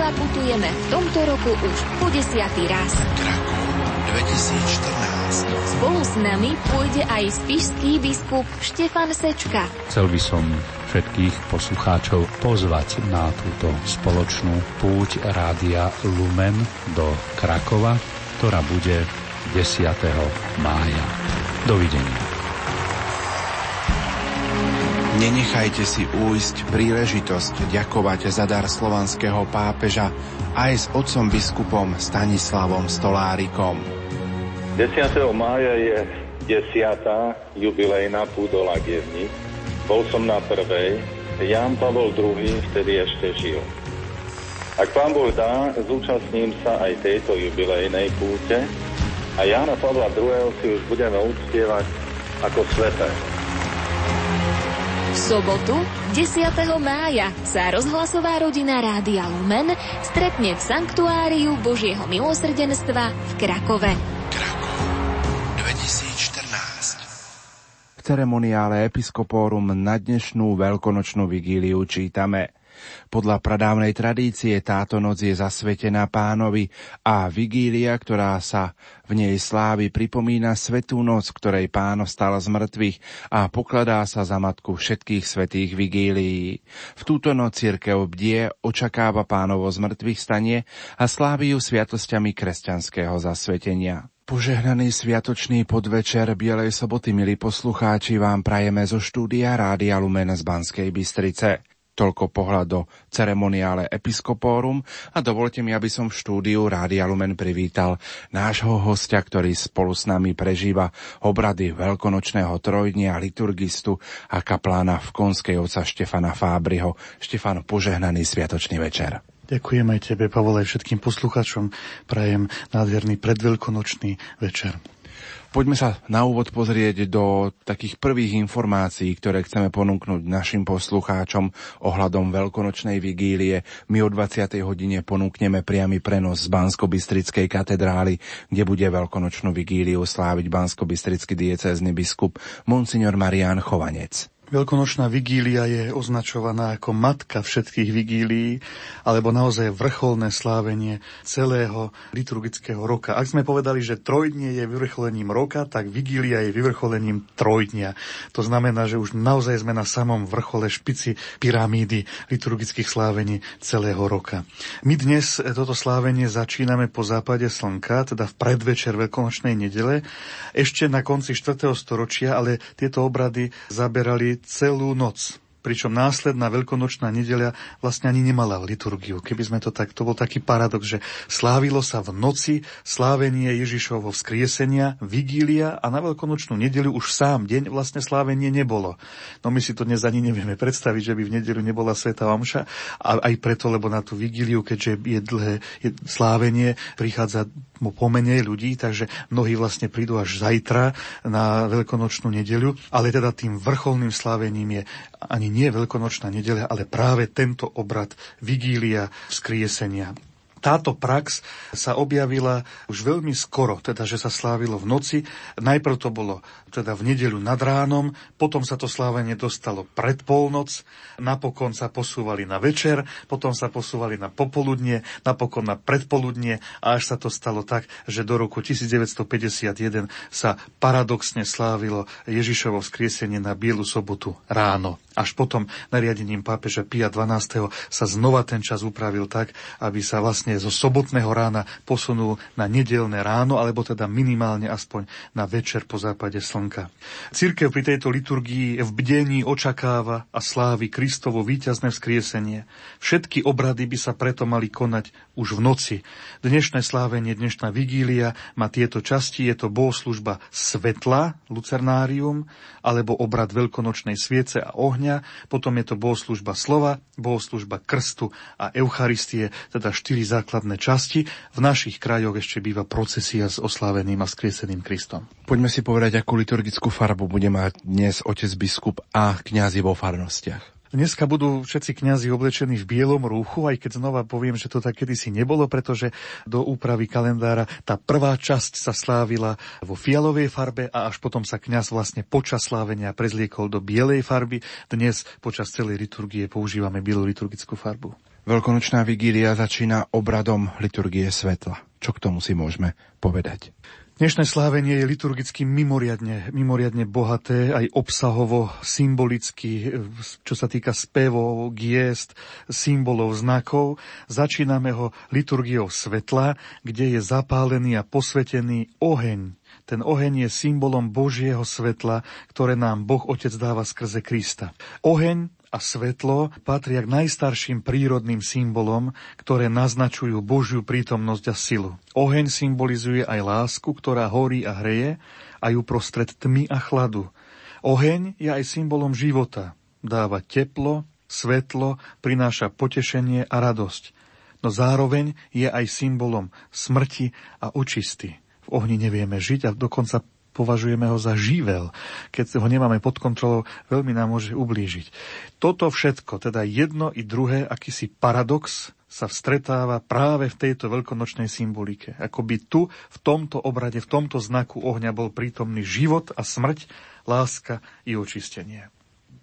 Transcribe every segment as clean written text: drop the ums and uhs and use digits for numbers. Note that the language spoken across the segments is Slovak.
Krakova putujeme v tomto roku už po 10. raz. Krakov 2014. Spolu s nami pôjde aj spišský biskup Štefan Sečka. Chcel by som všetkých poslucháčov pozvať na túto spoločnú púť Rádia Lumen do Krakova, ktorá bude 10. mája. Dovidenia. Nenechajte si újsť príležitosť ďakovať za dar slovanského pápeža aj s otcom biskupom Stanislavom Stolárikom. 10. mája je 10. jubilejná púť do Lagievníc. Bol som na prvej, Ján Pavol II vtedy ešte žil. Ak Pán Boh dá, zúčastním sa aj tejto jubilejnej púte a Jána Pavla II si už budeme uctievať ako svätého. V sobotu, 10. mája, sa rozhlasová rodina Rádia Lumen stretne v Sanktuáriu Božieho milosrdenstva v Krakove. Krakov 2014. V ceremoniále Episkopórum na dnešnú veľkonočnú vigíliu čítame: Podľa pradávnej tradície táto noc je zasvetená Pánovi a vigília, ktorá sa v nej slávi, pripomína svätú noc, ktorej Pán vstal z mŕtvych a pokladá sa za matku všetkých svätých vigílií. V túto noc cirkev bdie, očakáva Pánovo zmrtvých stanie a slávi ju sviatosťami kresťanského zasvetenia. Požehnaný sviatočný podvečer Bielej soboty, milí poslucháči, vám prajeme zo štúdia Rádia Lumen z Banskej Bystrice. Toľko pohľad do ceremoniále Episkopórum a dovolte mi, aby som v štúdiu Rádia Lumen privítal nášho hostia, ktorý spolu s nami prežíva obrady veľkonočného trojdnia, liturgistu a kaplána v Konskej otca Štefana Fábriho. Štefan, požehnaný sviatočný večer. Ďakujem aj tebe, Pavol, aj všetkým posluchačom. Prajem nádherný predveľkonočný večer. Poďme sa na úvod pozrieť do takých prvých informácií, ktoré chceme ponúknuť našim poslucháčom ohľadom veľkonočnej vigílie. My o 20. hodine ponúkneme priamy prenos z Banskobystrickej katedrály, kde bude veľkonočnú vigíliu sláviť banskobystrický diecézny biskup Monsignor Marián Chovanec. Veľkonočná vigília je označovaná ako matka všetkých vigílií, alebo naozaj vrcholné slávenie celého liturgického roka. Ak sme povedali, že trojdnie je vyvrcholením roka, tak vigília je vyvrcholením trojdnia. To znamená, že už naozaj sme na samom vrchole, špici pyramídy liturgických slávení celého roka. My dnes toto slávenie začíname po západe slnka, teda v predvečer Veľkonočnej nedele, ešte na konci 4. storočia, ale tieto obrady zaberali celú noc. Pričom následná veľkonočná nedeľa vlastne ani nemala liturgiu. Keby sme to tak, to bol taký paradox, že slávilo sa v noci slávenie Ježišovho vzkriesenia, vigília a na veľkonočnú nedeľu už sám deň vlastne slávenie nebolo. No my si to dnes ani nevieme predstaviť, že by v nedeľu nebola svätá omša, a aj preto, lebo na tú vigíliu, keďže je dlhé slávenie, prichádza pomenej ľudí, takže mnohí vlastne prídu až zajtra na veľkonočnú nedeľu, ale teda tým vrcholným slávením je ani nie veľkonočná nedeľa, ale práve tento obrad vigília vzkriesenia. Táto prax sa objavila už veľmi skoro, teda že sa slávilo v noci. Najprv to bolo teda v nedeľu nad ránom, potom sa to slávenie dostalo pred polnoc, napokon sa posúvali na večer, potom sa posúvali na popoludnie, napokon na predpoludnie a až sa to stalo tak, že do roku 1951 sa paradoxne slávilo Ježišovo vzkriesenie na Bielu sobotu ráno. Až potom nariadením pápeža Pia XII. Sa znova ten čas upravil tak, aby sa vlastne zo sobotného rána posunul na nedeľné ráno, alebo teda minimálne aspoň na večer po západe slnka. Cirkev pri tejto liturgii v bdení očakáva a slávi Kristovo víťazné vzkriesenie. Všetky obrady by sa preto mali konať už v noci. Dnešné slávenie, dnešná vigília má tieto časti. Je to bohoslužba svetla, lucernárium, alebo obrad veľkonočnej sviece a ohňa. Potom je to bohoslužba slova, bohoslužba krstu a Eucharistie, teda 4 základné časti. V našich krajoch ešte býva procesia s osláveným a skrieseným Kristom. Poďme si povedať, akú liturgickú farbu bude mať dnes otec biskup a kňazi vo farnostiach. Dneska budú všetci kňazi oblečení v bielom rúchu, aj keď znova poviem, že to tak kedysi nebolo, pretože do úpravy kalendára tá prvá časť sa slávila vo fialovej farbe a až potom sa kňaz vlastne počas slávenia prezliekol do bielej farby. Dnes počas celej liturgie používame bielu liturgickú farbu. Veľkonočná vigília začína obradom liturgie svetla. Čo k tomu si môžeme povedať? Dnešné slávenie je liturgicky mimoriadne bohaté, aj obsahovo, symbolicky, čo sa týka spevov, giest, symbolov, znakov. Začíname ho liturgiou svetla, kde je zapálený a posvetený oheň. Ten oheň je symbolom Božieho svetla, ktoré nám Boh Otec dáva skrze Krista. Oheň a svetlo patria k najstarším prírodným symbolom, ktoré naznačujú Božiu prítomnosť a silu. Oheň symbolizuje aj lásku, ktorá horí a hreje, aj uprostred tmy a chladu. Oheň je aj symbolom života. Dáva teplo, svetlo, prináša potešenie a radosť. No zároveň je aj symbolom smrti a očisty. V ohni nevieme žiť a dokonca považujeme ho za živel. Keď ho nemáme pod kontrolou, veľmi nám môže ublížiť. Toto všetko, teda jedno i druhé, akýsi paradox, sa stretáva práve v tejto veľkonočnej symbolike. Akoby tu, v tomto obrade, v tomto znaku ohňa bol prítomný život a smrť, láska i očistenie.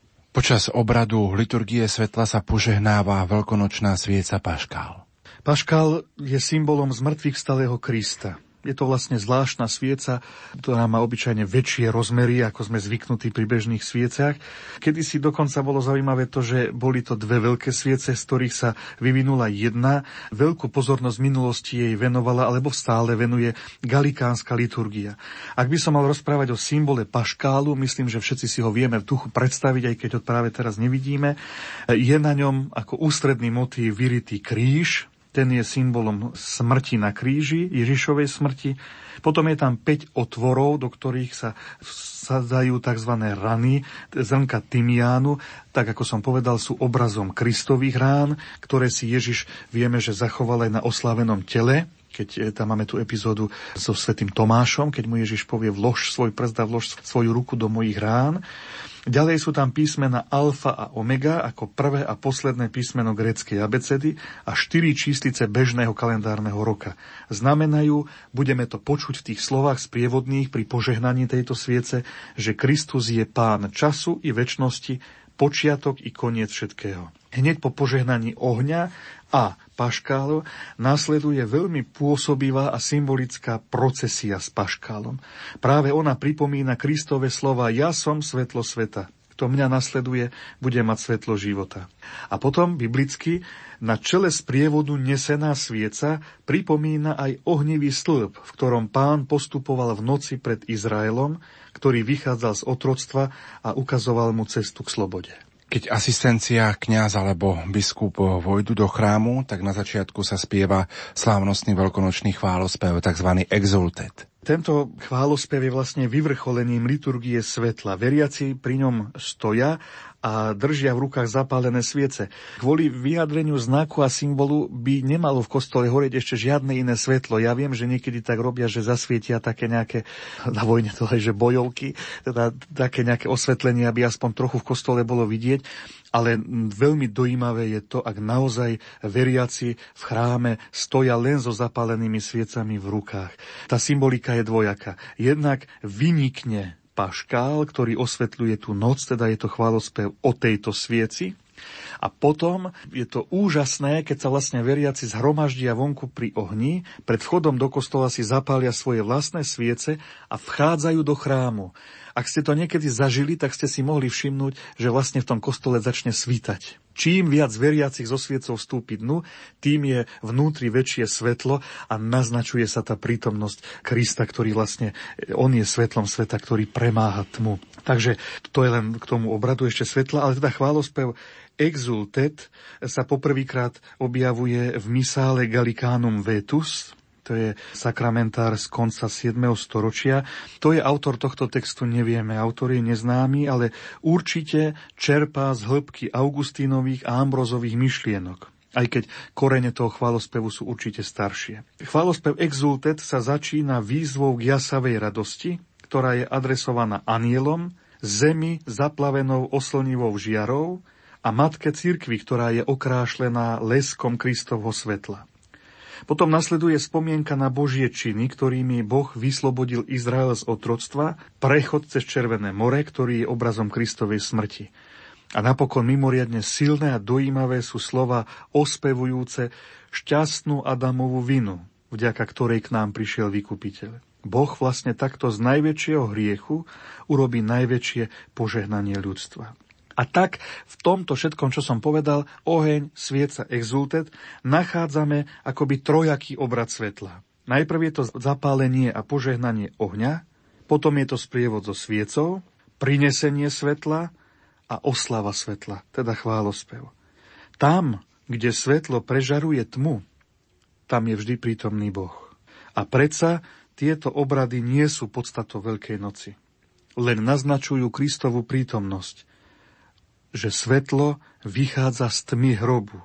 Počas obradu liturgie svetla sa požehnáva veľkonočná svieca paškál. Paškál je symbolom zmrtvých vstalého Krista. Je to vlastne zvláštna svieca, ktorá má obyčajne väčšie rozmery, ako sme zvyknutí pri bežných sviecach. Kedysi dokonca bolo zaujímavé to, že boli to dve veľké sviece, z ktorých sa vyvinula jedna. Veľkú pozornosť v minulosti jej venovala, alebo stále venuje galikánska liturgia. Ak by som mal rozprávať o symbole paškálu, myslím, že všetci si ho vieme v duchu predstaviť, aj keď ho práve teraz nevidíme. Je na ňom ako ústredný motív vyritý kríž. Ten je symbolom smrti na kríži, Ježišovej smrti. Potom je tam 5 otvorov, do ktorých sa vsadzajú tzv. Rany, zrnka tymiánu. Tak, ako som povedal, sú obrazom Kristových rán, ktoré si Ježiš vieme, že zachoval aj na oslávenom tele. Keď tam máme tú epizódu so svätým Tomášom, keď mu Ježiš povie vlož svoj prst a vlož svoju ruku do mojich rán. Ďalej sú tam písmena alfa a omega ako prvé a posledné písmeno gréckej abecedy a 4 číslice bežného kalendárneho roka. Znamenajú, budeme to počuť v tých slovách sprievodných pri požehnaní tejto sviece, že Kristus je Pán času i večnosti, počiatok i koniec všetkého. Hneď po požehnaní ohňa a paškálu nasleduje veľmi pôsobivá a symbolická procesia s paškálom. Práve ona pripomína Kristove slova ja som svetlo sveta. Kto mňa nasleduje, bude mať svetlo života. A potom, biblicky, na čele sprievodu nesená svieca pripomína aj ohnivý stĺp, v ktorom Pán postupoval v noci pred Izraelom, ktorý vychádzal z otroctva a ukazoval mu cestu k slobode. Keď asistencia, kňaz alebo biskup vojdu do chrámu, tak na začiatku sa spieva slávnostný veľkonočný chválospev, tzv. Exultet. Tento chválospev je vlastne vyvrcholením liturgie svetla. Veriaci pri ňom stoja a držia v rukách zapálené sviece. Kvôli vyjadreniu znaku a symbolu by nemalo v kostole horieť ešte žiadne iné svetlo. Ja viem, že niekedy tak robia, že zasvietia také nejaké, na vojne to aj, že bojovky, teda také nejaké osvetlenie, aby aspoň trochu v kostole bolo vidieť. Ale veľmi dojímavé je to, ak naozaj veriaci v chráme stoja len so zapálenými sviecami v rukách. Tá symbolika je dvojaká. Jednak vynikne paškál, ktorý osvetľuje tú noc, teda je to chválospev o tejto svieci. A potom je to úžasné, keď sa vlastne veriaci zhromaždia vonku pri ohni, pred vchodom do kostola si zapália svoje vlastné sviece a vchádzajú do chrámu. Ak ste to niekedy zažili, tak ste si mohli všimnúť, že vlastne v tom kostole začne svítať. Čím viac veriacich zo sviecov vstúpi dnu, tým je vnútri väčšie svetlo a naznačuje sa tá prítomnosť Krista, ktorý vlastne, on je svetlom sveta, ktorý premáha tmu. Takže to je len k tomu obradu ešte svetla, ale teda chválospev Exultet sa poprvýkrát objavuje v misále Gallicanum Vetus, to je sakramentár z konca 7. storočia. To je autor tohto textu, nevieme, autor je neznámy, ale určite čerpá z hĺbky Augustínových a Ambrozových myšlienok. Aj keď korene toho chválospevu sú určite staršie. Chválospev Exultet sa začína výzvou k jasavej radosti, ktorá je adresovaná anielom, zemi zaplavenou oslnivou žiarou a matke cirkvi, ktorá je okrášlená leskom Kristovho svetla. Potom nasleduje spomienka na Božie činy, ktorými Boh vyslobodil Izrael z otroctva, prechod cez Červené more, ktorý je obrazom Kristovej smrti. A napokon mimoriadne silné a dojímavé sú slova ospevujúce šťastnú Adamovú vinu, vďaka ktorej k nám prišiel vykupiteľ. Boh vlastne takto z najväčšieho hriechu urobí najväčšie požehnanie ľudstva. A tak v tomto všetkom, čo som povedal, oheň, svieca, exultet, nachádzame akoby trojaký obrad svetla. Najprv je to zapálenie a požehnanie ohňa, potom je to sprievod so sviecou, prinesenie svetla a oslava svetla, teda chválospev. Tam, kde svetlo prežaruje tmu, tam je vždy prítomný Boh. A predsa tieto obrady nie sú podstatou Veľkej noci. Len naznačujú Kristovu prítomnosť, že svetlo vychádza z tmy hrobu.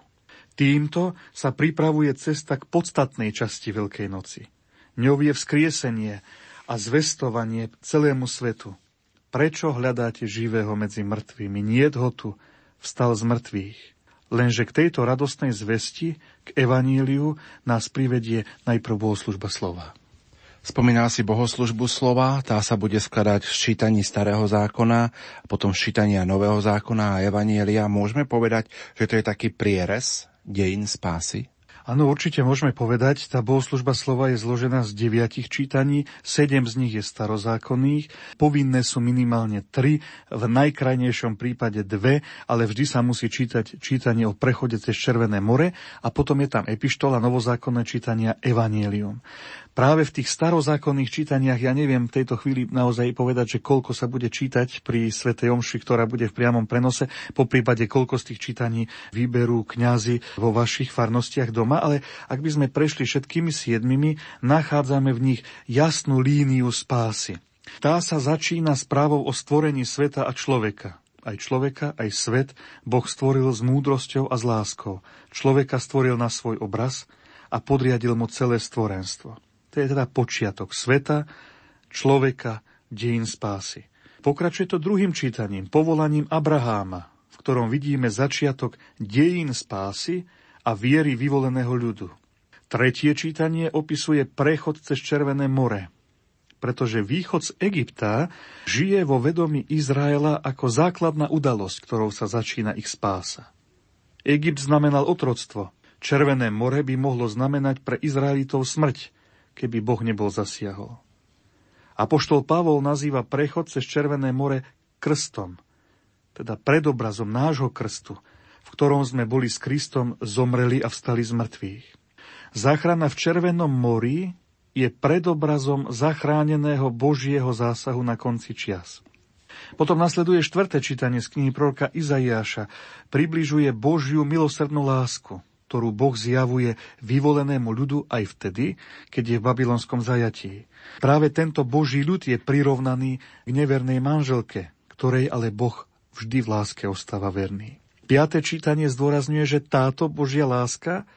Týmto sa pripravuje cesta k podstatnej časti Veľkej noci. Ňou je vzkriesenie a zvestovanie celému svetu. Prečo hľadáte živého medzi mŕtvými? Niet ho tu, vstal z mŕtvych. Lenže k tejto radostnej zvesti, k evaníliu, nás privedie najprv bohoslužba slova. Spomínal si bohoslužbu slova, tá sa bude skladať z čítaní Starého zákona, potom z čítania Nového zákona a evanielia. Môžeme povedať, že to je taký prierez dejín spásy? Áno, určite môžeme povedať, tá bohoslužba slova je zložená z 9 čítaní, 7 z nich je starozákonných, povinné sú minimálne 3, v najkrajnejšom prípade 2, ale vždy sa musí čítať čítanie o prechode cez Červené more a potom je tam epištola, novozákonné čítania Evangelium. Práve v tých starozákonných čítaniach, ja neviem v tejto chvíli naozaj povedať, že koľko sa bude čítať pri svätej omši, ktorá bude v priamom prenose, poprípade koľko z tých čítaní vyberú kňazi vo vašich farnostiach doma, ale ak by sme prešli všetkými 7, nachádzame v nich jasnú líniu spásy. Tá sa začína správou o stvorení sveta a človeka. Aj človeka, aj svet Boh stvoril s múdrosťou a s láskou. Človeka stvoril na svoj obraz a podriadil mu celé stvorenstvo. To je teda počiatok sveta, človeka, dejín spásy. Pokračuje to druhým čítaním, povolaním Abraháma, v ktorom vidíme začiatok dejín spásy a viery vyvoleného ľudu. Tretie čítanie opisuje prechod cez Červené more, pretože východ z Egypta žije vo vedomí Izraela ako základná udalosť, ktorou sa začína ich spása. Egypt znamenal otroctvo. Červené more by mohlo znamenať pre Izraelitov smrť, keby Boh nebol zasiahol. Apoštol Pavol nazýva prechod cez Červené more krstom, teda predobrazom nášho krstu, v ktorom sme boli s Kristom zomreli a vstali z mŕtvych. Záchrana v Červenom mori je predobrazom zachráneného Božieho zásahu na konci čias. Potom nasleduje 4. čítanie z knihy proroka Izaiáša. Približuje Božiu milosrdnú lásku, ktorú Boh zjavuje vyvolenému ľudu aj vtedy, keď je v babylonskom zajatí. Práve tento Boží ľud je prirovnaný k nevernej manželke, ktorej ale Boh vždy v láske ostáva verný. 5. čítanie zdôrazňuje, že táto Božia láska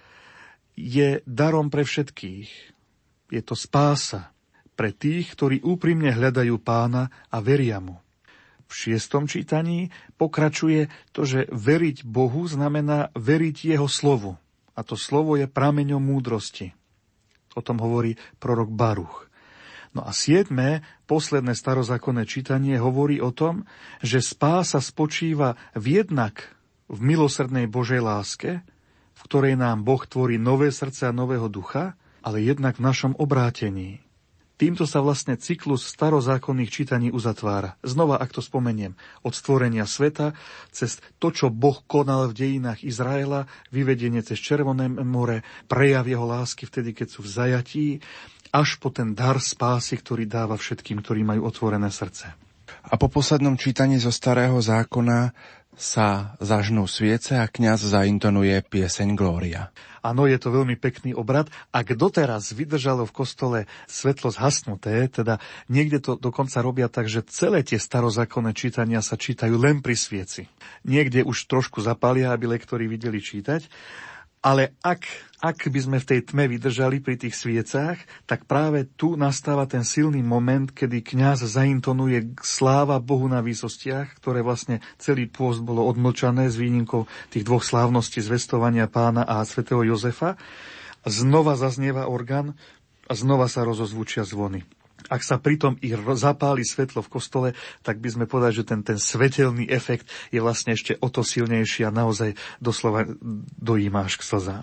je darom pre všetkých. Je to spása pre tých, ktorí úprimne hľadajú Pána a veria mu. V 6. čítaní pokračuje to, že veriť Bohu znamená veriť Jeho slovu. A to slovo je prameňom múdrosti. O tom hovorí prorok Baruch. No a 7. posledné starozákonné čítanie hovorí o tom, že spása spočíva jednak v milosrdnej Božej láske, v ktorej nám Boh tvorí nové srdce a nového ducha, ale jednak v našom obrátení. Týmto sa vlastne cyklus starozákonných čítaní uzatvára. Znova, ak to spomeniem, od stvorenia sveta, cez to, čo Boh konal v dejinách Izraela, vyvedenie cez Červené more, prejav jeho lásky vtedy, keď sú v zajatí, až po ten dar spásy, ktorý dáva všetkým, ktorí majú otvorené srdce. A po poslednom čítaní zo Starého zákona sa zažnú sviece a kňaz zaintonuje pieseň Glória. Áno, je to veľmi pekný obrad. Ak doteraz vydržalo v kostole svetlo zhasnuté, teda niekde to dokonca robia tak, že celé tie starozákonné čítania sa čítajú len pri svieci. Niekde už trošku zapália, aby lektori videli čítať. Ale ak by sme v tej tme vydržali pri tých sviecách, tak práve tu nastáva ten silný moment, kedy kňaz zaintonuje sláva Bohu na výsostiach, ktoré vlastne celý pôst bolo odmlčané s výnimkou tých dvoch slávností zvestovania Pána a svätého Jozefa. Znova zaznieva orgán a znova sa rozozvučia zvony. Ak sa pritom i zapáli svetlo v kostole, tak by sme povedali, že ten svetelný efekt je vlastne ešte o to silnejší a naozaj doslova dojímáš k slzám.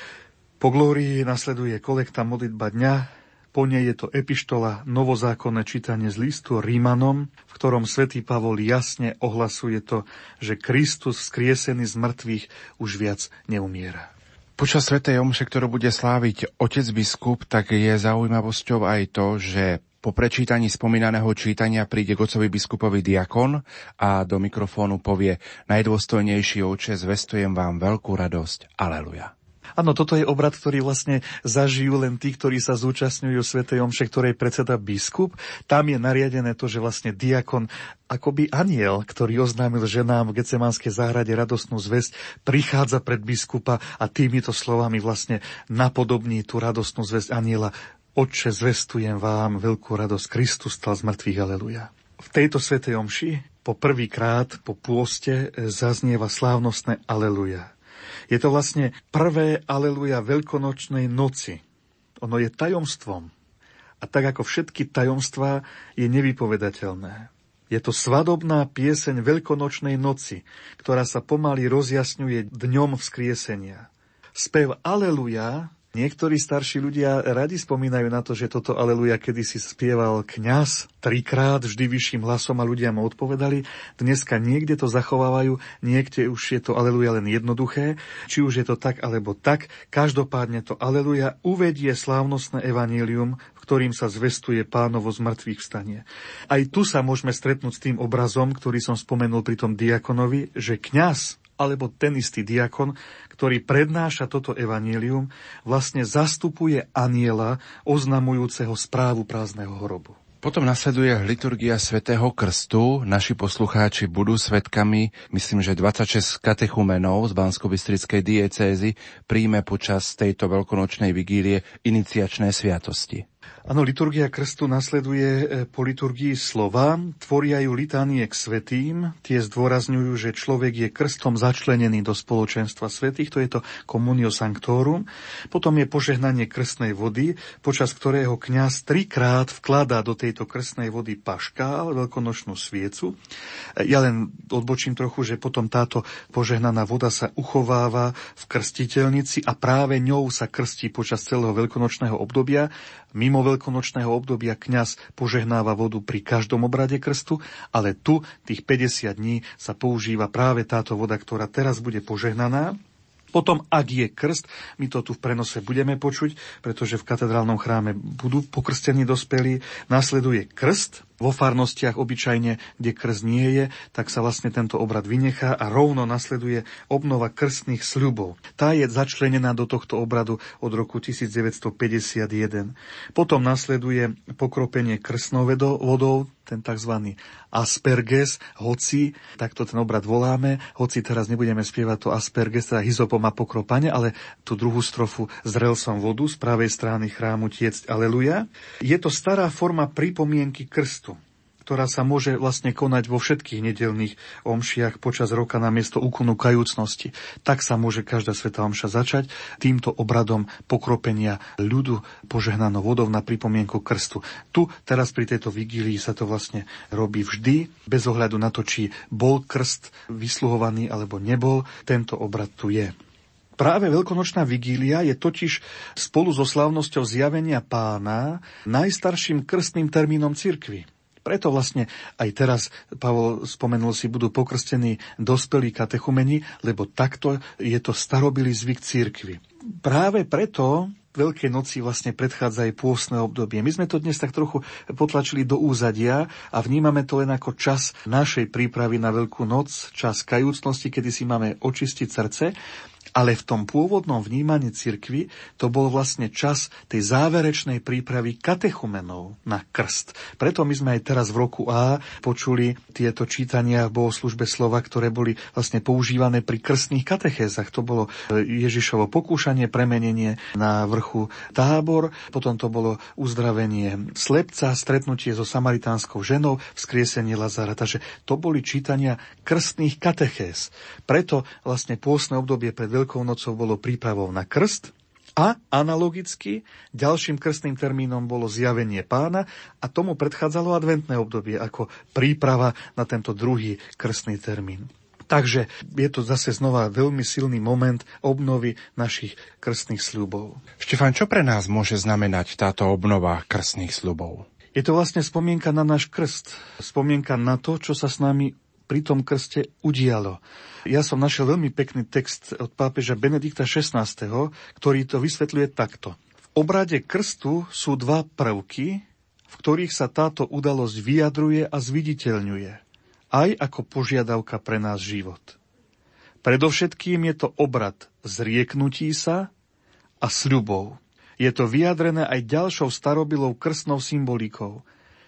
Po glórii nasleduje kolekta modlitba dňa, po nej je to epištola, novozákonné čítanie z listu Rímanom, v ktorom svätý Pavol jasne ohlasuje to, že Kristus vzkriesený z mŕtvych už viac neumiera. Počas svätej omše, ktorú bude sláviť otec biskup, tak je zaujímavosťou aj to, že po prečítaní spomínaného čítania príde k otcovi biskupovi diakon a do mikrofónu povie: Najdôstojnejší oče, zvestujem vám veľkú radosť. Aleluja. Áno, toto je obrad, ktorý vlastne zažijú len tí, ktorí sa zúčastňujú svätej omše, ktorej predseda biskup. Tam je nariadené to, že vlastne diakon, akoby anjel, ktorý oznámil ženám v Getsemanskej záhrade radostnú zvesť, prichádza pred biskupa a týmito slovami vlastne napodobní tú radostnú zvesť anjela: Otče, zvestujem vám veľkú radosť, Kristus stal z mŕtvych, aleluja. V tejto svätej omši po prvýkrát po pôste zaznieva slávnostné aleluja. Je to vlastne prvé aleluja veľkonočnej noci. Ono je tajomstvom. A tak ako všetky tajomstvá je nevypovedateľné. Je to svadobná pieseň veľkonočnej noci, ktorá sa pomaly rozjasňuje dňom vzkriesenia. Spev aleluja, niektorí starší ľudia radi spomínajú na to, že toto aleluja kedysi spieval kňaz 3-krát vždy vyšším hlasom a ľudia mu odpovedali. Dneska niekde to zachovávajú, niekde už je to aleluja len jednoduché. Či už je to tak alebo tak, každopádne to aleluja uvedie slávnostné evanílium, v ktorým sa zvestuje Pánovo z mŕtvych vstanie. Aj tu sa môžeme stretnúť s tým obrazom, ktorý som spomenul pri tom diakonovi, že kňaz alebo ten istý diakon, ktorý prednáša toto evanílium, vlastne zastupuje anjela oznamujúceho správu prázdneho hrobu. Potom nasleduje liturgia svätého krstu. Naši poslucháči budú svedkami, myslím, že 26 katechumenov z Banskobystrickej diecézy príjme počas tejto veľkonočnej vigílie iniciačné sviatosti. Áno, liturgia krstu nasleduje po liturgii slova, tvoria ju litánie k svätým, tie zdôrazňujú, že človek je krstom začlenený do spoločenstva svätých, to je to communio sanctorum. Potom je požehnanie krstnej vody, počas ktorého kňaz 3-krát vkladá do tejto krstnej vody paškál, veľkonočnú sviecu. Ja len odbočím trochu, že potom táto požehnaná voda sa uchováva v krstiteľnici a práve ňou sa krstí počas celého veľkonočného obdobia. Mimo veľkonočného obdobia kňaz požehnáva vodu pri každom obrade krstu, ale tu tých 50 dní sa používa práve táto voda, ktorá teraz bude požehnaná. Potom, ak je krst, my to tu v prenose budeme počuť, pretože v katedrálnom chráme budú pokrstení dospelí. Nasleduje krst. Vo farnostiach obyčajne, kde krst nie je, tak sa vlastne tento obrad vynechá a rovno nasleduje obnova krstných sľubov. Tá je začlenená do tohto obradu od roku 1951. Potom nasleduje pokropenie krstnou vodou, ten tzv. Asperges, hoci, takto ten obrad voláme, hoci teraz nebudeme spievať to Asperges, teda hyzopom a pokropanie, ale tú druhú strofu zrel som vodu z pravej strany chrámu tiecť aleluja. Je to stará forma pripomienky krstu, ktorá sa môže vlastne konať vo všetkých nedeľných omšiach počas roka namiesto úkonu kajúcnosti. Tak sa môže každá svätá omša začať týmto obradom pokropenia ľudu požehnanou vodou na pripomienku krstu. Tu teraz pri tejto vigílii sa to vlastne robí vždy, bez ohľadu na to, či bol krst vysluhovaný alebo nebol, tento obrad tu je. Práve veľkonočná vigília je totiž spolu so slávnosťou zjavenia Pána najstarším krstným termínom cirkvi. Preto vlastne aj teraz, Pavol spomenul si, budú pokrstení dospelí katechumeni, lebo takto je to starobilý zvyk cirkvi. Práve preto Veľkej noci vlastne predchádza aj pôstne obdobie. My sme to dnes tak trochu potlačili do úzadia a vnímame to len ako čas našej prípravy na Veľkú noc, čas kajúcnosti, kedy si máme očistiť srdce. Ale v tom pôvodnom vnímaní cirkvi to bol vlastne čas tej záverečnej prípravy katechumenov na krst. Preto my sme aj teraz v roku A počuli tieto čítania v bohoslužbe slova, ktoré boli vlastne používané pri krstných katechézach. To bolo Ježišovo pokúšanie, premenenie na vrchu Tábor, potom to bolo uzdravenie slepca, stretnutie so samaritánskou ženou, vzkriesenie Lazara. Takže to boli čítania krstných katechéz. Preto vlastne pôstne obdobie pred Veľkou nocou bolo prípravou na krst A analogicky ďalším krstným termínom bolo zjavenie Pána a tomu predchádzalo adventné obdobie ako príprava na tento druhý krstný termín. Takže je to zase znova veľmi silný moment obnovy našich krstných sľubov. Štefan, čo pre nás môže znamenať táto obnova krstných sľubov? Je to vlastne spomienka na náš krst. Spomienka na to, čo sa s nami pri tom krste udialo. Ja som našiel veľmi pekný text od pápeža Benedikta XVI, ktorý to vysvetľuje takto. V obrade krstu sú dva prvky, v ktorých sa táto udalosť vyjadruje a zviditeľňuje, aj ako požiadavka pre nás život. Predovšetkým je to obrad zrieknutí sa a sľubov. Je to vyjadrené aj ďalšou starobilou krstnou symbolikou,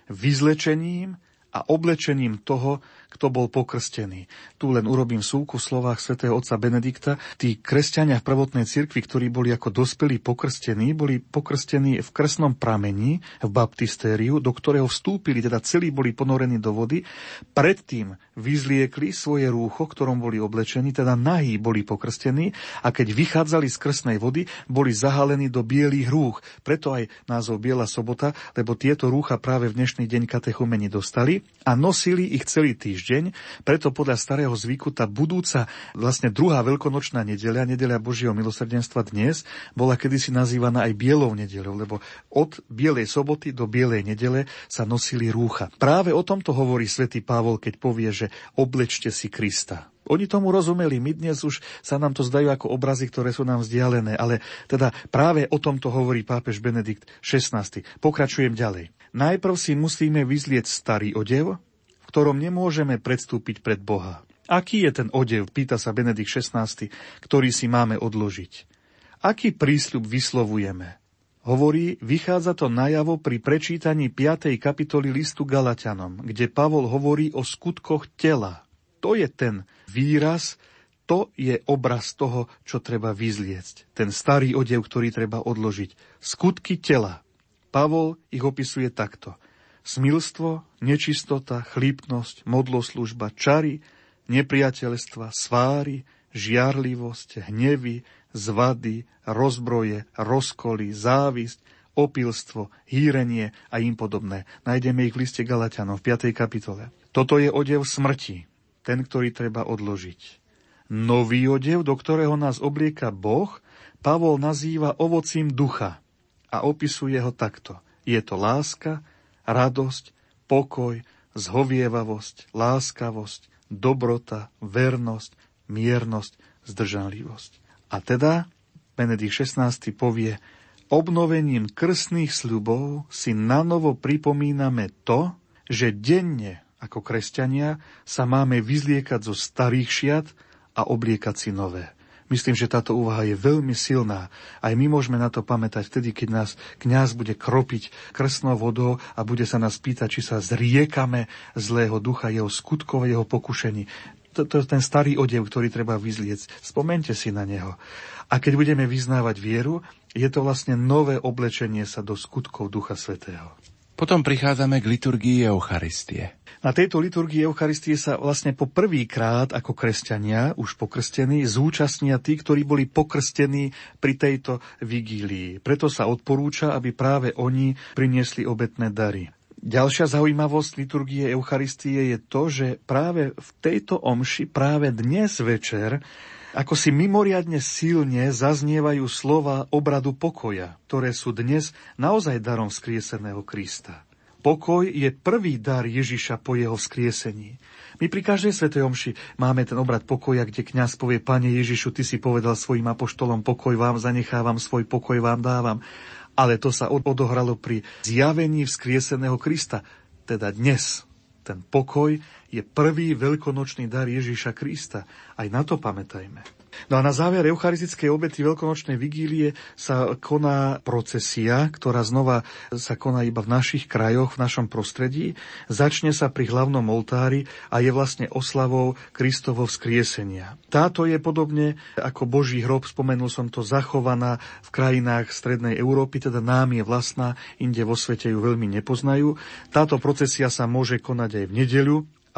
vyzlečením a oblečením toho, kto bol pokrstený. Tu len urobím súku v slovách svätého otca Benedikta. Tí kresťania v prvotnej cirkvi, ktorí boli ako dospelí pokrstení, boli pokrstení v krstnom pramení, v baptistériu, do ktorého vstúpili, teda celí boli ponorení do vody. Predtým vyzliekli svoje rúcho, ktorom boli oblečení, teda nahí boli pokrstení a keď vychádzali z krstnej vody, boli zahalení do bielých rúch. Preto aj názov Biela sobota, lebo tieto rúcha práve v dnešný deň katechumeni dostali a nosili ich celý týždeň, preto podľa starého zvyku tá budúca, vlastne druhá veľkonočná nedeľa, nedeľa Božieho milosrdenstva dnes, bola kedysi nazývaná aj Bielou nedeľou, lebo od Bielej soboty do Bielej nedele sa nosili rúcha. Práve o tomto hovorí svätý Pavol, keď povie, že oblečte si Krista. Oni tomu rozumeli, my dnes už sa nám to zdajú ako obrazy, ktoré sú nám vzdialené, ale teda práve o tomto hovorí pápež Benedikt XVI. Pokračujem ďalej. Najprv si musíme vyzlieť starý odev, v ktorom nemôžeme predstúpiť pred Boha. Aký je ten odev, pýta sa Benedikt XVI, ktorý si máme odložiť? Aký prísľub vyslovujeme? Hovorí, vychádza to najavo pri prečítaní 5. kapitoly listu Galatianom, kde Pavol hovorí o skutkoch tela. To je ten výraz, to je obraz toho, čo treba vyzliecť. Ten starý odev, ktorý treba odložiť. Skutky tela. Pavol ich opisuje takto. Smilstvo, nečistota, chlípnosť, modloslužba, čary, nepriateľstva, sváry, žiarlivosť, hnevy, zvady, rozbroje, rozkoly, závisť, opilstvo, hýrenie a im podobné. Nájdeme ich v liste Galatianom v 5. kapitole. Toto je odev smrti, ten, ktorý treba odložiť. Nový odev, do ktorého nás oblieka Boh, Pavol nazýva ovocím ducha a opisuje ho takto. Je to láska, radosť, pokoj, zhovievavosť, láskavosť, dobrota, vernosť, miernosť, zdržanlivosť. A teda Benedikt XVI povie, obnovením krstných sľubov si nanovo pripomíname to, že denne ako kresťania sa máme vyzliekať zo starých šiat a obliekať si nové. Myslím, že táto úvaha je veľmi silná. Aj my môžeme na to pamätať vtedy, keď nás kňaz bude kropiť krstnou vodou a bude sa nás pýtať, či sa zriekame zlého ducha, jeho skutkov, jeho pokušení. To je ten starý odev, ktorý treba vyzliecť. Spomeňte si na neho. A keď budeme vyznávať vieru, je to vlastne nové oblečenie sa do skutkov Ducha Svätého. Potom prichádzame k liturgii Eucharistie. Na tejto liturgii Eucharistie sa vlastne po prvýkrát ako kresťania, už pokrstení, zúčastnia tí, ktorí boli pokrstení pri tejto vigílii. Preto sa odporúča, aby práve oni priniesli obetné dary. Ďalšia zaujímavosť liturgie Eucharistie je to, že práve v tejto omši, práve dnes večer, ako si mimoriadne silne zaznievajú slova obradu pokoja, ktoré sú dnes naozaj darom vzkrieseného Krista. Pokoj je prvý dar Ježiša po jeho vzkriesení. My pri každej svätej omši máme ten obrad pokoja, kde kňaz povie, Pane Ježišu, ty si povedal svojim apoštolom, pokoj vám zanechávam, svoj pokoj vám dávam. Ale to sa odohralo pri zjavení vzkrieseného Krista. Teda dnes ten pokoj je prvý veľkonočný dar Ježiša Krista. Aj na to pamätajme. No a na záver eucharistickej obety veľkonočnej vigílie sa koná procesia, ktorá znova sa koná iba v našich krajoch, v našom prostredí. Začne sa pri hlavnom oltári a je vlastne oslavou Kristovo vzkriesenia. Táto je podobne ako Boží hrob, spomenul som to, zachovaná v krajinách strednej Európy, teda nám je vlastná, inde vo svete ju veľmi nepoznajú. Táto procesia sa môže konať aj v nedeľu,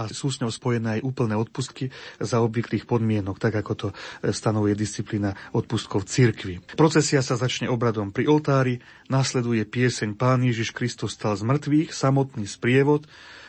a sú s ňou spojené aj úplné odpustky za obvyklých podmienok, tak ako to stanovuje disciplína odpustkov cirkvi. Procesia sa začne obradom pri oltári, nasleduje pieseň Pán Ježiš Kristus stal z mŕtvych, samotný sprievod,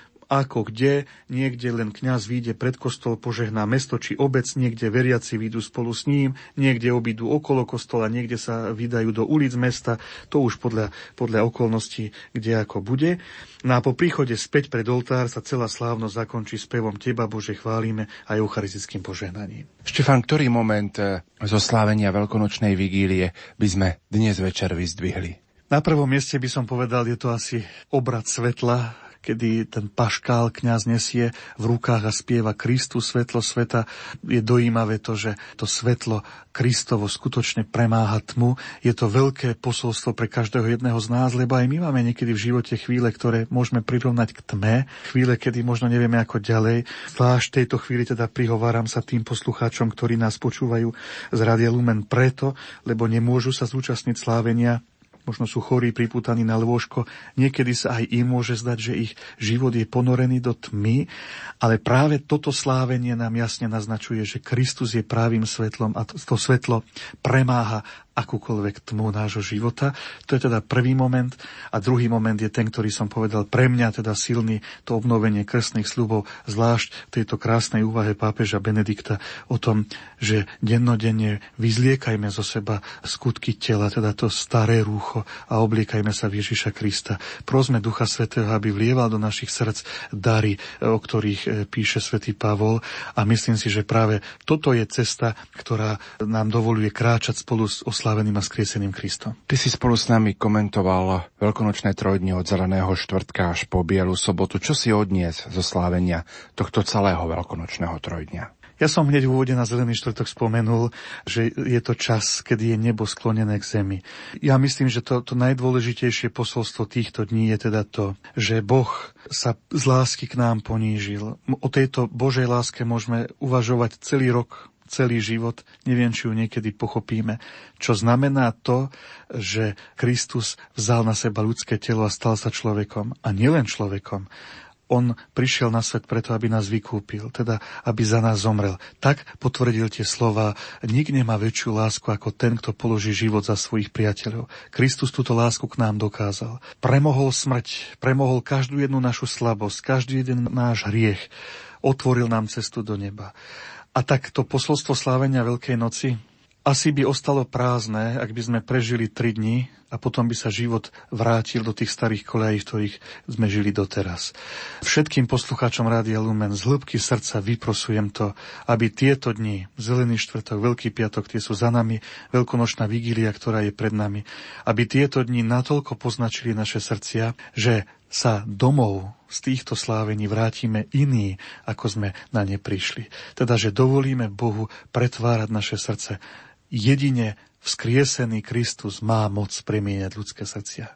ako kde, niekde len kňaz vyjde pred kostol, požehná mesto či obec, niekde veriaci vyjdú spolu s ním, niekde obídu okolo kostola, niekde sa vydajú do ulic mesta, to už podľa okolností, kde ako bude. No a po príchode späť pred oltár sa celá slávnosť zakončí spevom Teba, Bože, chválime a eucharistickým požehnaním. Štefan, ktorý moment zo slávenia veľkonočnej vigílie by sme dnes večer vyzdvihli? Na prvom mieste by som povedal, je to asi obrad svetla, kedy ten paškál kňaz nesie v rukách a spieva Kristus, svetlo sveta. Je dojímavé to, že to svetlo Kristovo skutočne premáha tmu. Je to veľké posolstvo pre každého jedného z nás, lebo aj my máme niekedy v živote chvíle, ktoré môžeme prirovnať k tme, chvíle, kedy možno nevieme ako ďalej. Zvlášť v tejto chvíli teda prihováram sa tým poslucháčom, ktorí nás počúvajú z Rádia Lumen preto, lebo nemôžu sa zúčastniť slávenia, možno sú chorí, pripútaní na lôžko, niekedy sa aj im môže zdať, že ich život je ponorený do tmy, ale práve toto slávenie nám jasne naznačuje, že Kristus je právým svetlom a to svetlo premáha akúkoľvek tmu nášho života. To je teda prvý moment. A druhý moment je ten, ktorý som povedal pre mňa teda silný, to obnovenie krstných sľubov, zvlášť v tejto krásnej úvahe pápeža Benedikta o tom, že dennodenne vyzliekajme zo seba skutky tela, teda to staré rúcho a obliekajme sa v Ježiša Krista. Prosme Ducha Svätého, aby vlieval do našich srdc dary, o ktorých píše svätý Pavol, a myslím si, že práve toto je cesta, ktorá nám dovoluje kráčať spolu s osláveným a skrieseným Kristom. Ty si spolu s nami komentoval veľkonočné trojdnie od Zeleného štvrtka až po Bielu sobotu. Čo si odnies zo slávenia tohto celého veľkonočného trojdňa? Ja som hneď v úvode na Zelený štvrtok spomenul, že je to čas, kedy je nebo sklonené k zemi. Ja myslím, že to najdôležitejšie posolstvo týchto dní je teda to, že Boh sa z lásky k nám ponížil. O tejto Božej láske môžeme uvažovať celý rok, celý život, neviem, či ju niekedy pochopíme. Čo znamená to, že Kristus vzal na seba ľudské telo a stal sa človekom. A nielen človekom. On prišiel na svet preto, aby nás vykúpil, teda aby za nás zomrel. Tak potvrdil tie slova: nik nemá väčšiu lásku ako ten, kto položí život za svojich priateľov. Kristus túto lásku k nám dokázal. Premohol smrť, premohol každú jednu našu slabosť, každý jeden náš hriech. Otvoril nám cestu do neba. A tak to posolstvo slávenia Veľkej noci asi by ostalo prázdne, ak by sme prežili 3 dni a potom by sa život vrátil do tých starých koľají, v ktorých sme žili doteraz. Všetkým poslucháčom Rádia Lumen z hĺbky srdca vyprosujem to, aby tieto dni, Zelený štvrtok, Veľký piatok, tie sú za nami, Veľkonočná vigília, ktorá je pred nami, aby tieto dni natoľko poznačili naše srdcia, že sa domov z týchto slávení vrátime iní, ako sme na ne prišli. Teda, že dovolíme Bohu pretvárať naše srdce. Jedine vzkriesený Kristus má moc premieňať ľudské srdcia.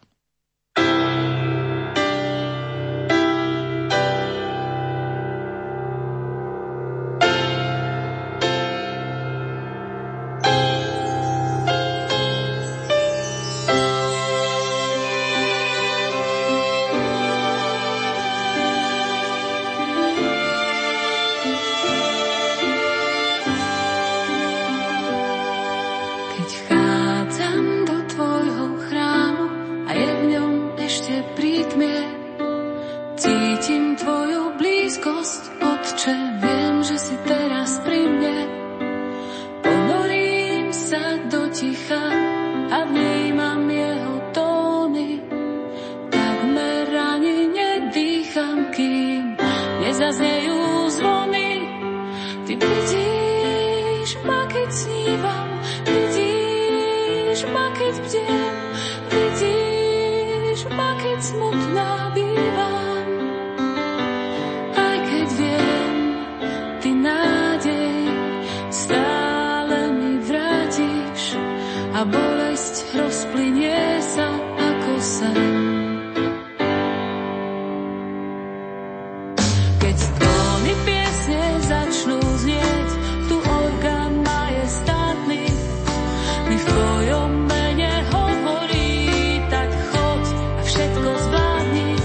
Všetko zvládni.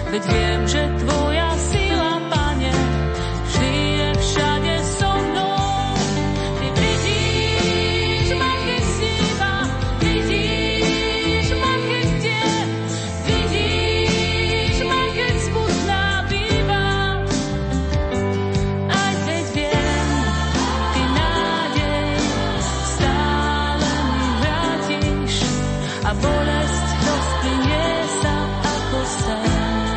veď viem, že tvoja sila, Pane, vždy je všade so mnou. Ty vidíš ma, keď snívam, vidíš ma, keď bdiem, vidíš ma, keď smutná bývam. Aj keď viem, ty nádej stále mi vrátiš a bolesť rozplynie sa ako sen.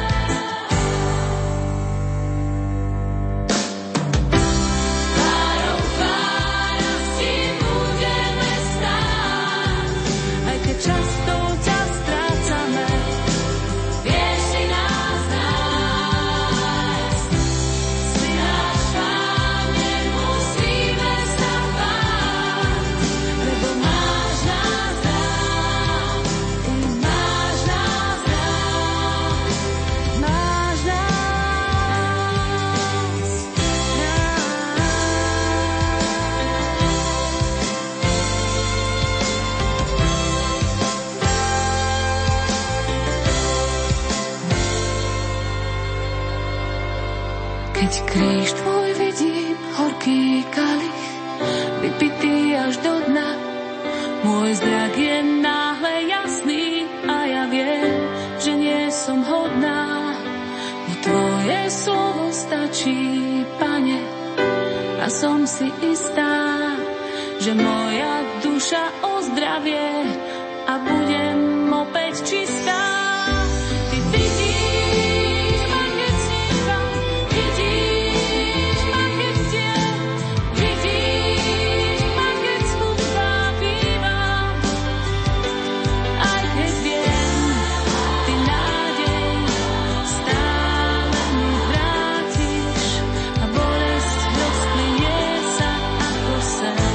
Tvárou tvár si budeme stáť, aj keď často ťa strácame, vieš si nás nájsť. Si náš Pán, nemusíme sa báť, lebo máš nás rád, ty máš nás rád, máš nás rád. Keď kríž tvoj vidím, horký kalich, vypitý až do dna, môj zrak je náhle jasný a ja viem, že nie som hodná. No tvoje slovo stačí, Pane, a som si istá, že moja duša ozdravie a budem opäť čistá. Ty vidíš ma, keď snívam, vidíš ma, keď bdiem, vidíš ma, keď smutná bývam. Aj keď viem, ty nádej stále mi vrátiš a bolesť rozplynie sa ako sen.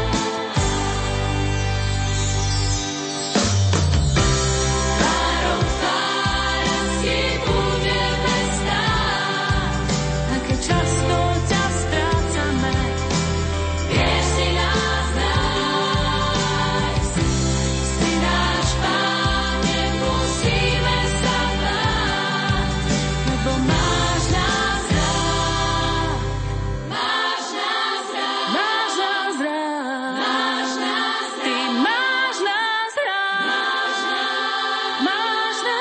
Tvárou tvár si budeme stáť, a keď často ťa strácame, vieš si nás nájsť. Si náš Pán, nemusíme sa báť, lebo máš nás rád, máš nás rád, máš nás rád, máš nás rád, ty máš nás rád, máš nás rád.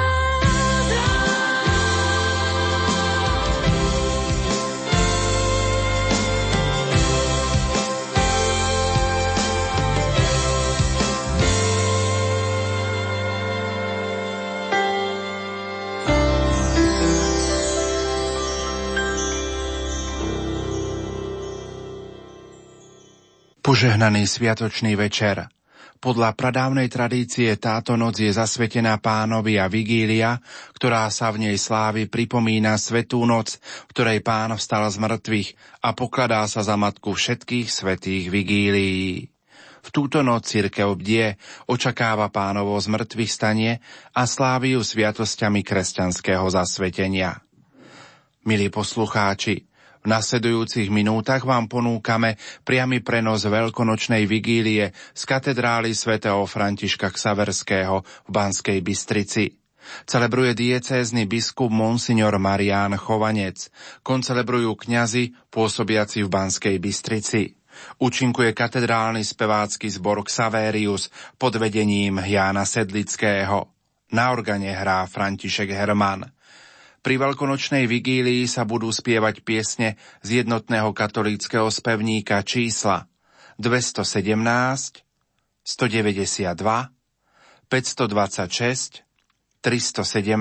Požehnaný sviatočný večer. Podľa pradávnej tradície táto noc je zasvetená Pánovi a vigília, ktorá sa v nej slávi, pripomína svätú noc, v ktorej Pán vstal z mŕtvych a pokladá sa za matku všetkých svätých vigílií. V túto noc cirkev bdie, očakáva Pánovo zmŕtvych stanie a slávi ju sviatosťami kresťanského zasvetenia. Milí poslucháči, v nasledujúcich minútach vám ponúkame priamy prenos veľkonočnej vigílie z katedrály svätého Františka Xaverského v Banskej Bystrici. Celebruje diecézny biskup monsignor Marián Chovanec. Koncelebrujú kňazi pôsobiaci v Banskej Bystrici. Účinkuje katedrálny spevácky zbor Xaverius pod vedením Jána Sedlického. Na organe hrá František Herman. Pri veľkonočnej vigílii sa budú spievať piesne z jednotného katolíckeho spevníka čísla 217, 192, 526, 317